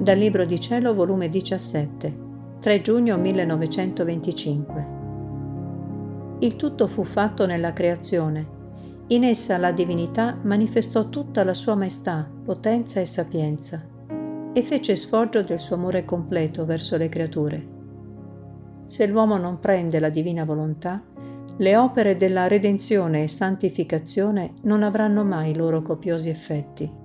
Dal Libro di Cielo, volume 17, 3 giugno 1925. Il tutto fu fatto nella creazione. In essa la divinità manifestò tutta la sua maestà, potenza e sapienza, e fece sfoggio del suo amore completo verso le creature. Se l'uomo non prende la divina volontà, le opere della redenzione e santificazione non avranno mai i loro copiosi effetti.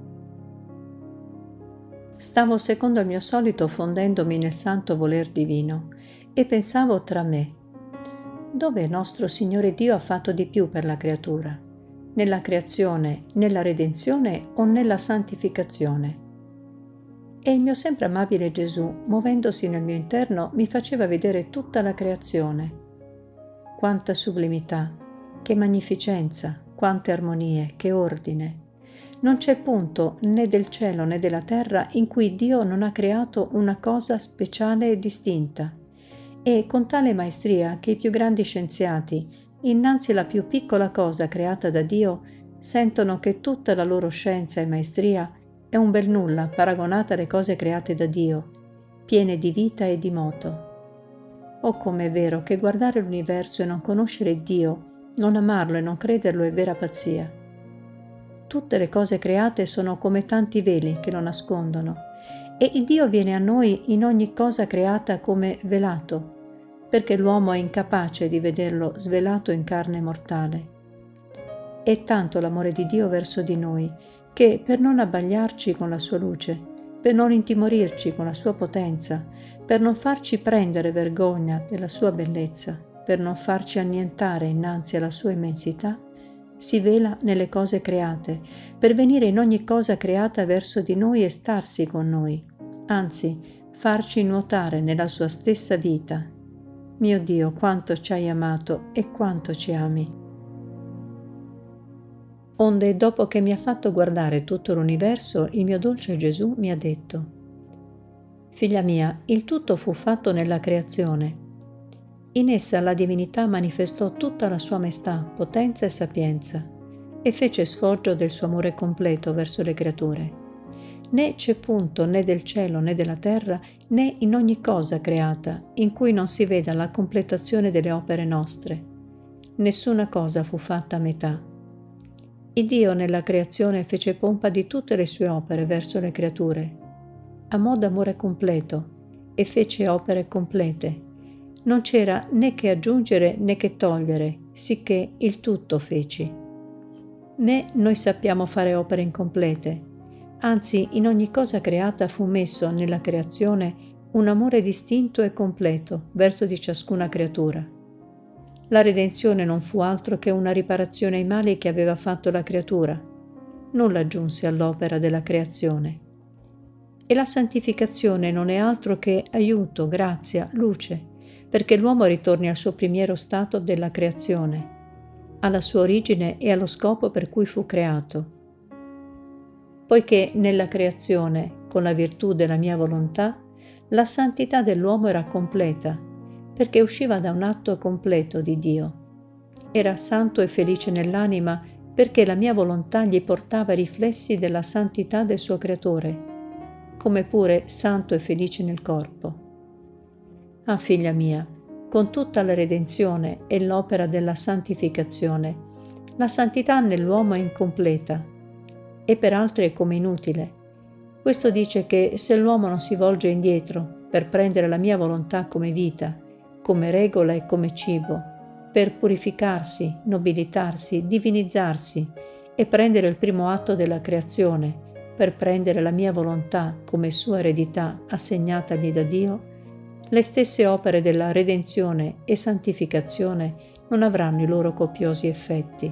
Stavo secondo il mio solito fondendomi nel santo voler divino e pensavo tra me: dove nostro Signore Dio ha fatto di più per la creatura? Nella creazione, nella redenzione o nella santificazione? E il mio sempre amabile Gesù, muovendosi nel mio interno, mi faceva vedere tutta la creazione. Quanta sublimità, che magnificenza, quante armonie, che ordine! Non c'è punto né del cielo né della terra in cui Dio non ha creato una cosa speciale e distinta, e con tale maestria che i più grandi scienziati, innanzi alla più piccola cosa creata da Dio, sentono che tutta la loro scienza e maestria è un bel nulla paragonata alle cose create da Dio, piene di vita e di moto. Oh, com'è vero che guardare l'universo e non conoscere Dio, non amarlo e non crederlo è vera pazzia. Tutte le cose create sono come tanti veli che lo nascondono, e il Dio viene a noi in ogni cosa creata come velato, perché l'uomo è incapace di vederlo svelato in carne mortale. È tanto l'amore di Dio verso di noi, che per non abbagliarci con la sua luce, per non intimorirci con la sua potenza, per non farci prendere vergogna della sua bellezza, per non farci annientare innanzi alla sua immensità, si vela nelle cose create, per venire in ogni cosa creata verso di noi e starsi con noi, anzi, farci nuotare nella sua stessa vita. Mio Dio, quanto ci hai amato e quanto ci ami. Onde, dopo che mi ha fatto guardare tutto l'universo, il mio dolce Gesù mi ha detto: Figlia mia, il tutto fu fatto nella creazione. In essa la divinità manifestò tutta la sua maestà, potenza e sapienza, e fece sfoggio del suo amore completo verso le creature. Né c'è punto né del cielo né della terra, né in ogni cosa creata, in cui non si veda la completazione delle opere nostre. Nessuna cosa fu fatta a metà. Il Dio nella creazione fece pompa di tutte le sue opere verso le creature. Amò d'amore completo e fece opere complete. Non c'era né che aggiungere né che togliere, sicché il tutto feci. Né noi sappiamo fare opere incomplete, anzi in ogni cosa creata fu messo nella creazione un amore distinto e completo verso di ciascuna creatura. La redenzione non fu altro che una riparazione ai mali che aveva fatto la creatura, nulla aggiunse all'opera della creazione. E la santificazione non è altro che aiuto, grazia, luce, perché l'uomo ritorni al suo primiero stato della creazione, alla sua origine e allo scopo per cui fu creato. Poiché nella creazione, con la virtù della mia volontà, la santità dell'uomo era completa, perché usciva da un atto completo di Dio. Era santo e felice nell'anima, perché la mia volontà gli portava riflessi della santità del suo creatore, come pure santo e felice nel corpo. Ah, figlia mia, con tutta la redenzione e l'opera della santificazione, la santità nell'uomo è incompleta e per altri è come inutile. Questo dice che se l'uomo non si volge indietro per prendere la mia volontà come vita, come regola e come cibo, per purificarsi, nobilitarsi, divinizzarsi e prendere il primo atto della creazione, per prendere la mia volontà come sua eredità assegnatagli da Dio, le stesse opere della redenzione e santificazione non avranno i loro copiosi effetti.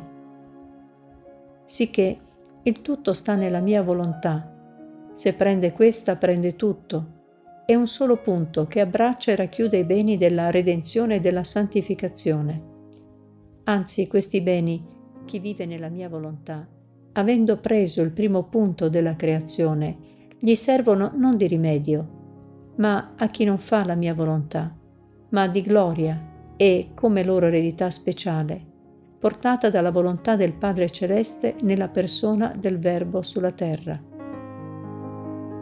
Sicché il tutto sta nella mia volontà. Se prende questa, prende tutto. È un solo punto che abbraccia e racchiude i beni della redenzione e della santificazione. Anzi, questi beni, chi vive nella mia volontà, avendo preso il primo punto della creazione, gli servono non di rimedio, ma a chi non fa la mia volontà, ma di gloria e come loro eredità speciale, portata dalla volontà del Padre Celeste nella persona del Verbo sulla terra.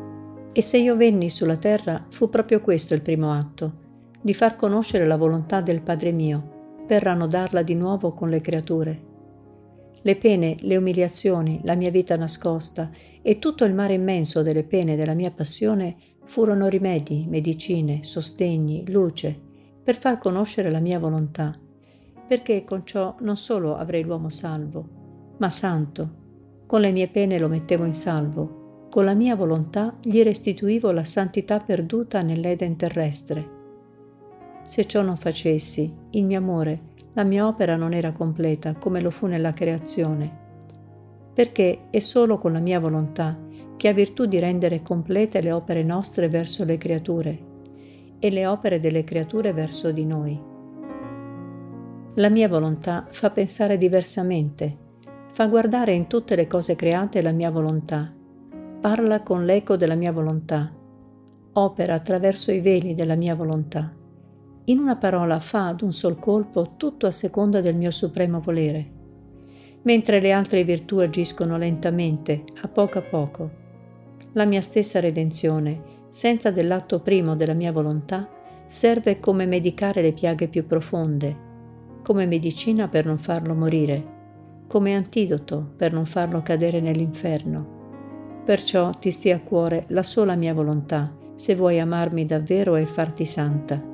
E se io venni sulla terra, fu proprio questo il primo atto, di far conoscere la volontà del Padre mio, per annodarla di nuovo con le creature. Le pene, le umiliazioni, la mia vita nascosta e tutto il mare immenso delle pene della mia passione furono rimedi, medicine, sostegni, luce, per far conoscere la mia volontà, perché con ciò non solo avrei l'uomo salvo, ma santo. Con le mie pene lo mettevo in salvo, con la mia volontà gli restituivo la santità perduta nell'Eden terrestre. Se ciò non facessi, il mio amore, la mia opera non era completa come lo fu nella creazione, perché è solo con la mia volontà che ha virtù di rendere complete le opere nostre verso le creature e le opere delle creature verso di noi. La mia volontà fa pensare diversamente, fa guardare in tutte le cose create la mia volontà, parla con l'eco della mia volontà, opera attraverso i veli della mia volontà. In una parola fa ad un sol colpo tutto a seconda del mio supremo volere, mentre le altre virtù agiscono lentamente, a poco. La mia stessa redenzione, senza dell'atto primo della mia volontà, serve come medicare le piaghe più profonde, come medicina per non farlo morire, come antidoto per non farlo cadere nell'inferno. Perciò ti stia a cuore la sola mia volontà, se vuoi amarmi davvero e farti santa.